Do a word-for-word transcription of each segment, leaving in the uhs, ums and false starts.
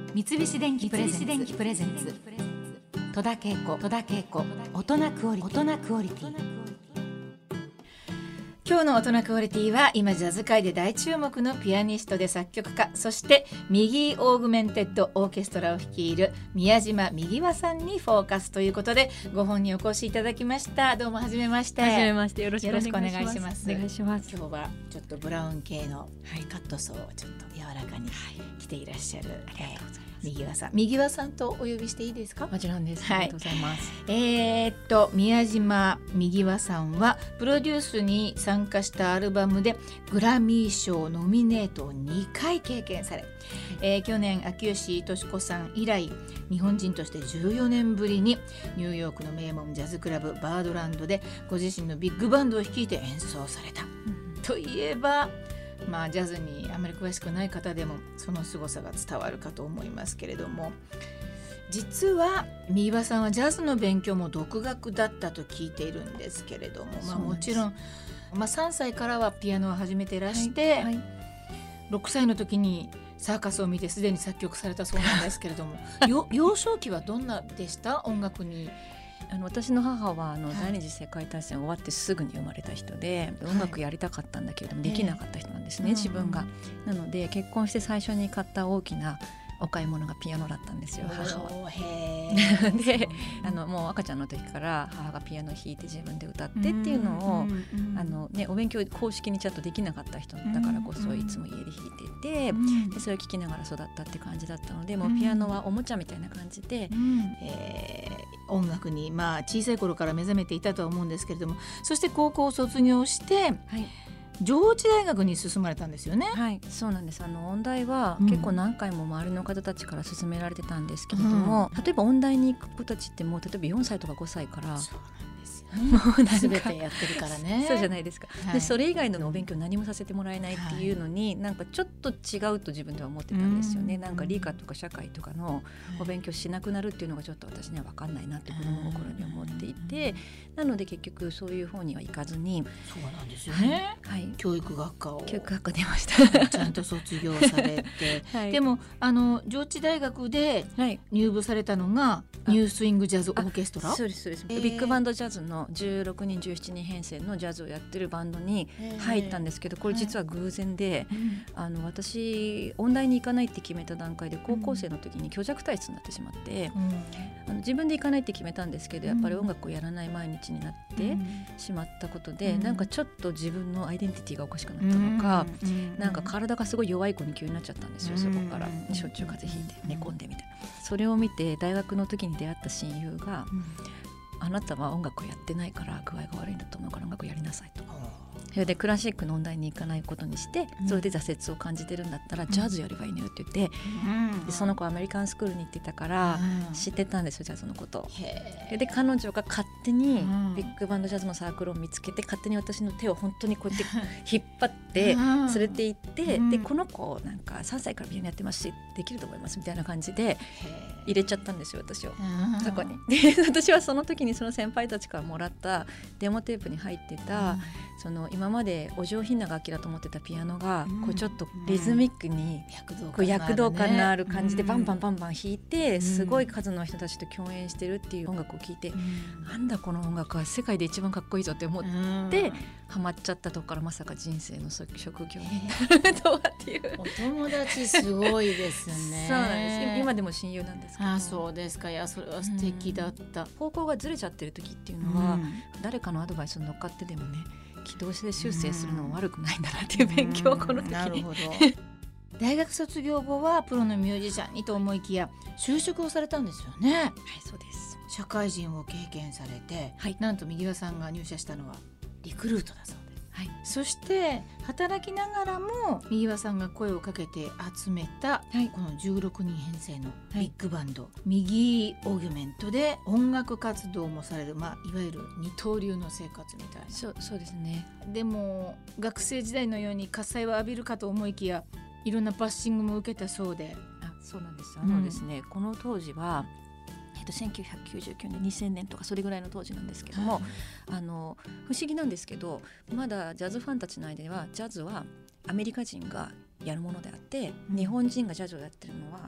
三菱電機プレゼンツ戸田恵子大人クオリティ。今日の大人クオリティは今ジャズ界で大注目のピアニストで作曲家、そしてミギーオーグメンテッドオーケストラを率いる宮島みぎわさんにフォーカスということで、ご本人お越しいただきました。どうもはじめまして。 はじめまして。よろしくお願いします。 よろしくお願いします。 お願いします。 今日はちょっとブラウン系のカットソーをちょっと柔らかに着ていらっしゃる、 ありがとうございます。 みぎわさん、みぎわさんとお呼びしていいですか？ もちろんです。 はい、 ありがとうございます。 えー、っと宮島みぎわさんはプロデュースに参加したアルバムでグラミー賞ノミネートをにかい経験され、えー、去年秋吉敏子さん以来日本人としてじゅうよねんぶりにニューヨークの名門ジャズクラブバードランドでご自身のビッグバンドを率いて演奏された、うん、といえばまあジャズにあまり詳しくない方でもその凄さが伝わるかと思いますけれども、実はみぎわさんはジャズの勉強も独学だったと聞いているんですけれども、まあ、もちろん、まあ、さんさいからはピアノを始めてらして、はいはい、ろくさいの時にサーカスを見てすでに作曲されたそうなんですけれども幼少期はどんなでした？音楽に。 あの私の母はあの、はい、第二次世界大戦終わってすぐに生まれた人で、はい、音楽やりたかったんだけれども、できなかった人なんですね、えー、自分が、うん、なので結婚して最初に買った大きなお買い物がピアノだったんですよ、母は。へであのもう赤ちゃんの時から母がピアノ弾いて自分で歌ってっていうのを、うんうんあのね、お勉強公式にちゃんとできなかった人だからこそいつも家で弾いてて、うん、でそれを聴きながら育ったって感じだったので、もうピアノはおもちゃみたいな感じで、 うんえー、音楽に、まあ、小さい頃から目覚めていたとは思うんですけれども、そして高校を卒業して、はい上智大学に進まれたんですよね。 はい、そうなんです。あの音大は結構何回も周りの方たちから勧められてたんですけれども、うん、例えば音大に行く子たちってもう例えばよんさいとかごさいからそうなんですよ、ね、もうなんか全てやってるからねそうじゃないですか、はい、でそれ以外のお勉強何もさせてもらえないっていうのに、はい、なんかちょっと違うと自分では思ってたんですよね、うん、なんか理科とか社会とかのお勉強しなくなるっていうのがちょっと私には分かんないなって子供心に思っていて、なので結局そういう方には行かずに。 そうなんですよね、はい、教育学科を教育学科出ましたちゃんと卒業されて、はい、でもあの上智大学で入部されたのがニュースイングジャズオーケストラ。 そうですそうです、えー、ビッグバンドジャズのじゅうろくにんじゅうななにん編成のジャズをやってるバンドに入ったんですけど、これ実は偶然で、はい、あの私音大に行かないって決めた段階で高校生の時に虚弱体質になってしまって、うん、あの自分で行かないって決めたんですけど、やっぱり音楽をやらない毎日になってしまったことで、うん、なんかちょっと自分のアイデンティティがおかしくなったのか、うん、なんか体がすごい弱い子に急になっちゃったんですよ、そこからしょっちゅう風邪ひいて寝込んでみたいな。それを見て大学の時に出会った親友が、うん、あなたは音楽をやってないから具合が悪いんだと思うから音楽をやりなさいと。それでクラシックの音大に行かないことにして、それで挫折を感じてるんだったら、うん、ジャズやればいいのよって言って、うん、でその子アメリカンスクールに行ってたから知ってたんですよ、ジャズのこと。で彼女が勝手にビッグバンドジャズのサークルを見つけて、勝手に私の手を本当にこうやって引っ張って連れて行って、うん、でこの子なんかさんさいからピアノやってますしできると思いますみたいな感じで入れちゃったんですよ、私をそこに。で私はその時にその先輩たちからもらったデモテープに入ってた、うん、その今までお上品な楽器だと思ってたピアノが、うん、こうちょっとリズミックにこう躍動感のある感じでバンバンバンバン弾いて、うん、すごい数の人たちと共演してるっていう音楽を聴いて、うん、なんだこの音楽は世界で一番かっこいいぞって思って、うん、ハマっちゃったとこからまさか人生の職業になるとはっていう。 お友達すごいですねそうなんです。今でも親友なんですけど。 あ、そうですか。いやそれは素敵だった、うん、 方向がずれちゃってる時っていうのは、うん、誰かのアドバイスに乗っかってでもね軌道して修正するのも悪くないんだなっていう勉強をこの時に、 なるほど大学卒業後はプロのミュージシャンにと思いきや就職をされたんですよね。 はい、そうです。 社会人を経験されて、はい、なんとみぎわさんが入社したのはリクルートだそうです。はい、そして働きながらもみぎわさんが声をかけて集めた、はい、このじゅうろくにん編成のビッグバンド、はい、ミギーオーギュメントで音楽活動もされる、まあ、いわゆる二刀流の生活みたいな。 そう、そうですね。 でも学生時代のように喝采を浴びるかと思いきやいろんなバッシングも受けたそうで。 あ、そうなんです。あのですね、うん、この当時はえっと、せんきゅうひゃくきゅうじゅうきゅうねんにせんねんとかそれぐらいの当時なんですけども、はい、あの不思議なんですけどまだジャズファンたちの間ではジャズはアメリカ人がやるものであって、うん、日本人がジャズをやってるのは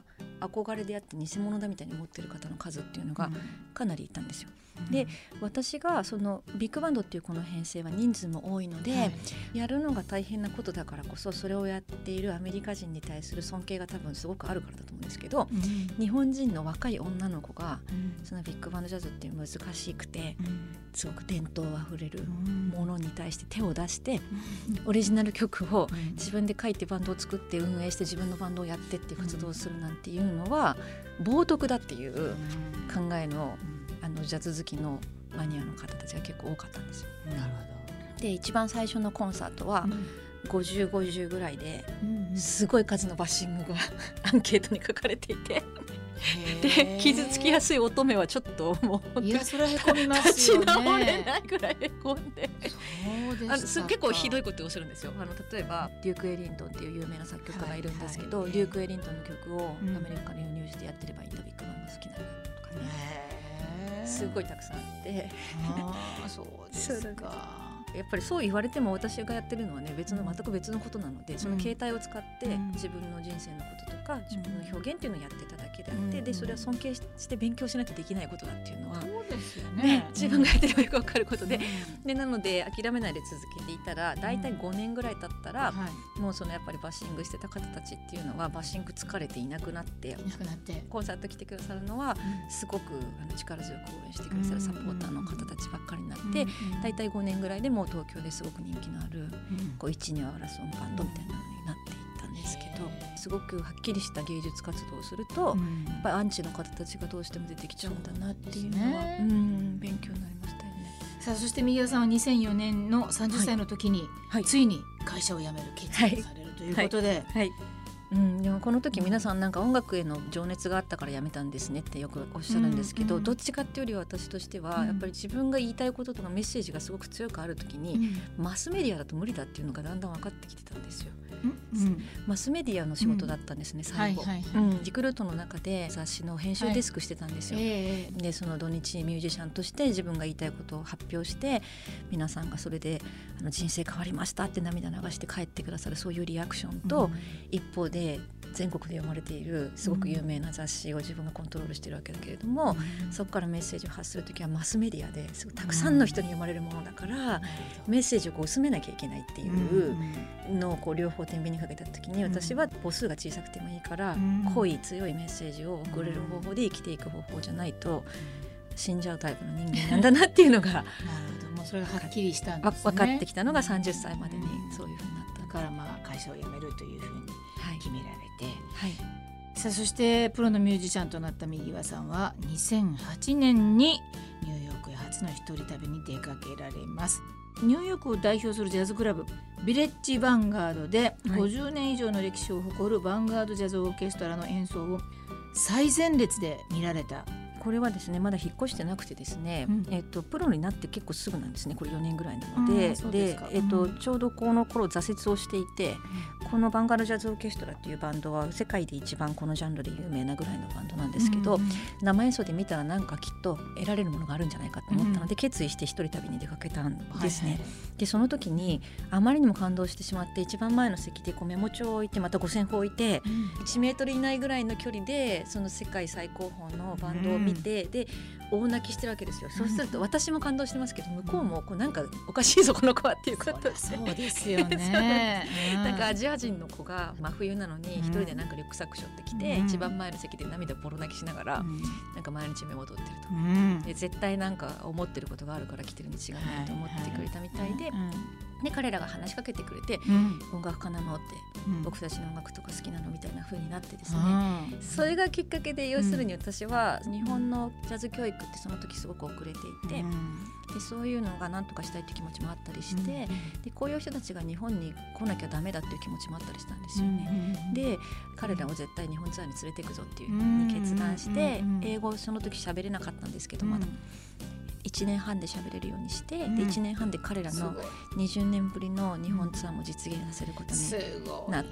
憧れであって偽物だみたいに思ってる方の数っていうのがかなりいたんですよ。で私がそのビッグバンドっていうこの編成は人数も多いので、はい、やるのが大変なことだからこそそれをやっているアメリカ人に対する尊敬が多分すごくあるからだと思うんですけど、うん、日本人の若い女の子が、うん、そのビッグバンドジャズっていう難しくて、うん、すごく伝統あふれるものに対して手を出して、うん、オリジナル曲を自分で書いてバンドを作って運営して自分のバンドをやってっていう活動をするなんていうのは冒涜だっていう考えのあのジャズ好きのマニアの方たちが結構多かったんですよ。 なるほど。 で一番最初のコンサートはごじゅう、ごじゅうぐらいで、うん、すごい数のバッシングがアンケートに書かれていてで傷つきやすい乙女はちょっともういやそれはへこみますよね。 立ち直れないぐらいへこんであの結構ひどいことをするんですよ。あの例えばデューク・エリントンっていう有名な作曲家がいるんですけど、はいはい、デューク・エリントンの曲をアメリカから輸入してやってればいいんだ、ビッグバンド好きなのとかね、すごいたくさんあってあそうですか。 やっぱりそう言われても私がやってるのはね別の全く別のことなので、その携帯を使って自分の人生のこととか自分の表現っていうのをやってただけであって、でそれは尊敬して勉強しないとできないことだっていうのはそうですよね、 ね、自分がやってればよく分かることで、でなので諦めないで続けていたらだいたいごねんぐらい経ったら、うん、もうそのやっぱりバッシングしてた方たちっていうのはバッシング疲れていなくなっていなくなってコンサート来てくださるのは、うん、すごくあの力強く応援してくださるサポーターの方たちばっかりになって、だいたいごねんぐらいでもう東京ですごく人気のある、うん、こう一二を争うバンドみたいなのになっていったんですけど、すごくはっきりした芸術活動をすると、うん、やっぱりアンチの方たちがどうしても出てきちゃうんだなっていうのは、うん、勉強になりましたよね。 さあそして右輪さんはにせんよねんのさんじゅっさいの時に、はい、ついに会社を辞める決意をされるということで、はいはいはいうん、でもこの時皆さんなんか音楽への情熱があったからやめたんですねってよくおっしゃるんですけど、うんうん、どっちかっていうより私としては、うん、やっぱり自分が言いたいこととかメッセージがすごく強くある時に、うん、マスメディアだと無理だっていうのがだんだん分かってきてたんですよ、うんうん、マスメディアの仕事だったんですね、うん、最後、はいはいはいうん、リクルートの中で雑誌の編集デスクしてたんですよ、はいえー、でその土日ミュージシャンとして自分が言いたいことを発表して皆さんがそれであの人生変わりましたって涙流して帰ってくださるそういうリアクションと、うん、一方で全国で読まれているすごく有名な雑誌を自分がコントロールしているわけだけれども、うん、そこからメッセージを発するときはマスメディアですごくたくさんの人に読まれるものだから、うん、メッセージをこう薄めなきゃいけないっていうのをこう両方天秤にかけたときに、私は母数が小さくてもいいから、うん、濃い強いメッセージを送れる方法で生きていく方法じゃないと死んじゃうタイプの人間なんだなっていうのがなるほど、もうそれがはっきりしたんですね。 分かってきたのがさんじゅっさいまでにそういうふうになった。 だからまあ会社を辞めるというふうに決められて、はいはい、さあそしてプロのミュージシャンとなった右輪さんはにせんはちねんにニューヨークへ初の一人旅に出かけられます。ニューヨークを代表するジャズクラブビレッジヴァンガードでごじゅうねん以上の歴史を誇るヴァンガードジャズオーケストラの演奏を最前列で見られた。 これはですねまだ引っ越してなくてですね、うんえー、とプロになって結構すぐなんですね。これよねんぐらいなので、うん、でえーとうん、ちょうどこの頃挫折をしていて、うん、このヴァンガードジャズオーケストラっていうバンドは世界で一番このジャンルで有名なぐらいのバンドなんですけど、うん、生演奏で見たらなんかきっと得られるものがあるんじゃないかと思ったので、うん、決意して一人旅に出かけたんですね、はいはい、でその時にあまりにも感動してしまって一番前の席でこうメモ帳を置いてまたごせんほ置いて、うん、いちメートル以内ぐらいの距離でその世界最高峰のバンドを見て、うん、で大泣きしてるわけですよ。そうすると私も感動してますけど向こうもこうなんかおかしいぞこの子はっていうことで、 そうですよねなんかアジア人の子が真冬なのに一人でなんかリュックサック背負ってきて、うん、一番前の席で涙ボロ泣きしながら、うん、なんか毎日メモ取ってると、うん、で絶対なんか思ってることがあるから来てるに違いないと思ってくれたみたいで、はいはいで彼らが話しかけてくれて、うん、音楽家なのって、うん、僕たちの音楽とか好きなのみたいな風になってですね、うん、それがきっかけで要するに私は日本のジャズ教育ってその時すごく遅れていて、うん、でそういうのが何とかしたいという気持ちもあったりして、うん、でこういう人たちが日本に来なきゃダメだっていう気持ちもあったりしたんですよね、うん、で彼らを絶対日本ツアーに連れていくぞっていう風に決断して、英語をその時喋れなかったんですけどまだいちねんはんで喋れるようにして、 うん、 でいちねんはんで彼らのにじゅうねんぶりの日本ツアーも実現させることになって、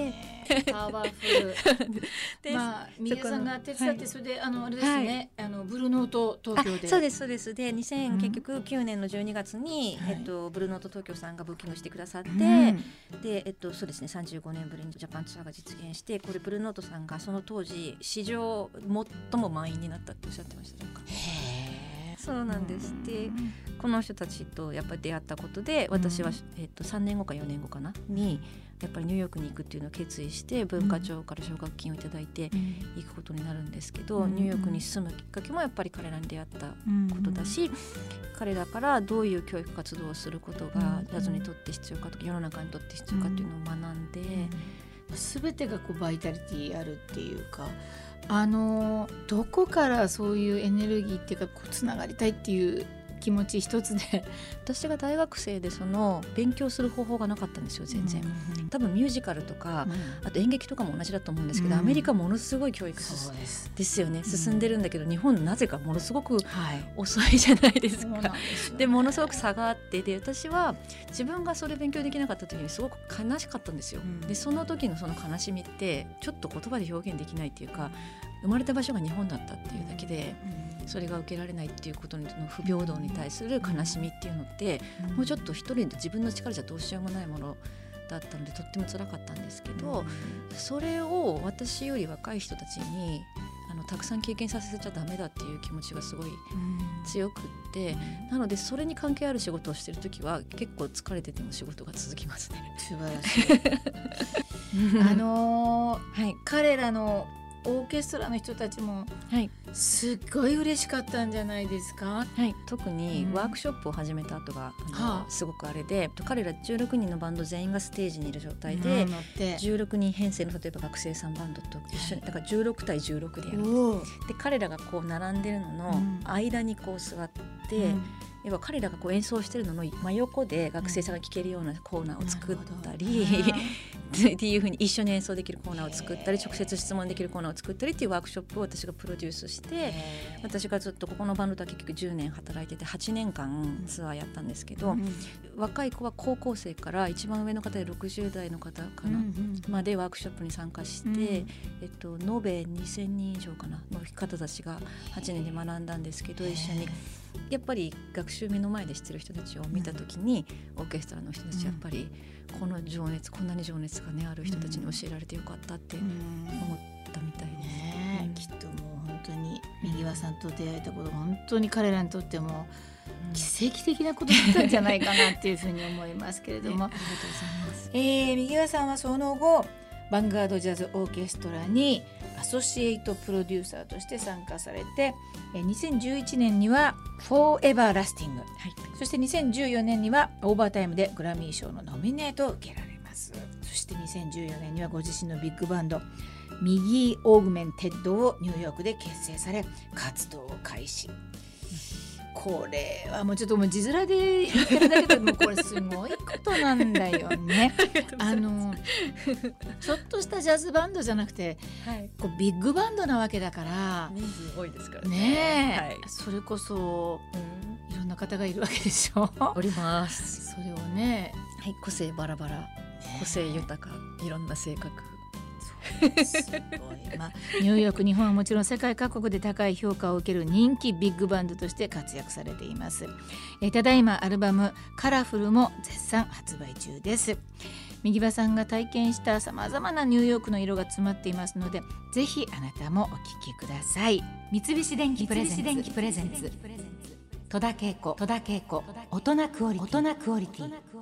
パワフルで、まあ、宮さんが手伝って、はい、それであのあれですね、はい、あのブルーノート東京で、 そうですそうです。でにせん、結局きゅうねんのじゅうにがつに、はい、えっと、ブルーノート東京さんがブッキングしてくださって、うん、で、えっと、そうですね、さんじゅうごねんぶりにジャパンツアーが実現して、これブルーノートさんがその当時史上最も満員になったっておっしゃってました。なんかへー、そうなんです。でこの人たちとやっぱり出会ったことで、私は、えっと、さんねんごかよねんごかなにやっぱりニューヨークに行くっていうのを決意して、文化庁から奨学金をいただいて行くことになるんですけど、うん、ニューヨークに住むきっかけもやっぱり彼らに出会ったことだし、うん、彼らからどういう教育活動をすることがジャズにとって必要かとか、世の中にとって必要かっていうのを学んで、 うん、全てがこうバイタリティあるっていうか、あのどこからそういうエネルギーっていうか、こうつながりたいっていう気持ち一つで私が大学生でその勉強する方法がなかったんですよ全然、うん、多分ミュージカルとか、うん、あと演劇とかも同じだと思うんですけど、うん、アメリカものすごい教育です、ですよね、進んでるんだけど、日本なぜかものすごく遅いじゃないですか、はい、ですね、でものすごく差があって、で私は自分がそれ勉強できなかった時にすごく悲しかったんですよ、うん、でその時のその悲しみってちょっと言葉で表現できないっていうか、生まれた場所が日本だったっていうだけで、うん、それが受けられないっていうことの不平等に対する悲しみっていうのって、うん、もうちょっと一人で自分の力じゃどうしようもないものだったので、とっても辛かったんですけど、うん、それを私より若い人たちにあのたくさん経験させちゃダメだっていう気持ちがすごい強くって、うん、なのでそれに関係ある仕事をしてるときは結構疲れてても仕事が続きますね。 素晴らしいあのーはい、彼らのオーケストラの人たちもすっごい嬉しかったんじゃないですか、 はい、特にワークショップを始めた後が、うん、あのすごくあれで、彼らじゅうろくにんのバンド全員がステージにいる状態で、うん、じゅうろくにん編成の例えば学生さんバンドと一緒に、だからじゅうろくたいじゅうろくでやるんです。で彼らがこう並んでるのの間にこう座って、うん、要は彼らがこう演奏してるのの真横で学生さんが聴けるようなコーナーを作ったり、うん、っていう風に一緒に演奏できるコーナーを作ったり、直接質問できるコーナーを作ったりっていうワークショップを私がプロデュースして、私がずっとここのバンドとは結局じゅうねん働いててはちねんかんツアーやったんですけど、うん、若い子は高校生から一番上の方でろくじゅうだいの方かな、うん、までワークショップに参加して、うん、えっと、延べにせんにん以上かなの方たちがはちねんで学んだんですけど、一緒にやっぱり学習目の前でしてる人たちを見たときに、うん、オーケストラの人たちやっぱりこの情熱、こんなに情熱が、ね、ある人たちに教えられてよかったって思ったみたいです、 ね、うん、きっともう本当に右輪さんと出会えたことが本当に彼らにとっても奇跡的なことだったんじゃないかなっていうふうに思いますけれども、ありがとうございます。えー、右輪さんはその後ヴァンガードジャズオーケストラにアソシエイトプロデューサーとして参加されて、にせんじゅういちねんにはフォーエバーラスティング、はい、そしてにせんじゅうよねんにはオーバータイムでグラミー賞のノミネートを受けられます。そしてにせんじゅうよねんにはご自身のビッグバンドミギー・オーグメンテッドをニューヨークで結成され活動を開始。これはもうちょっともう字面で言ってるだけでもこれすごいことなんだよねあのちょっとしたジャズバンドじゃなくて、はい、こうビッグバンドなわけだから人数多いですからね、 ね、 はい、 それこそ、うん、いろんな方がいるわけでしょ。 おります。 それをね、 はい、個性バラバラ、個性豊か、いろんな性格、 すごい、まあ、ニューヨーク、日本はもちろん世界各国で高い評価を受ける人気ビッグバンドとして活躍されています。えただいまアルバムカラフルも絶賛発売中です。右輪さんが体験したさまざまなニューヨークの色が詰まっていますので、ぜひあなたもお聴きください。三菱電機プレゼンツ戸田恵子大人クオリティ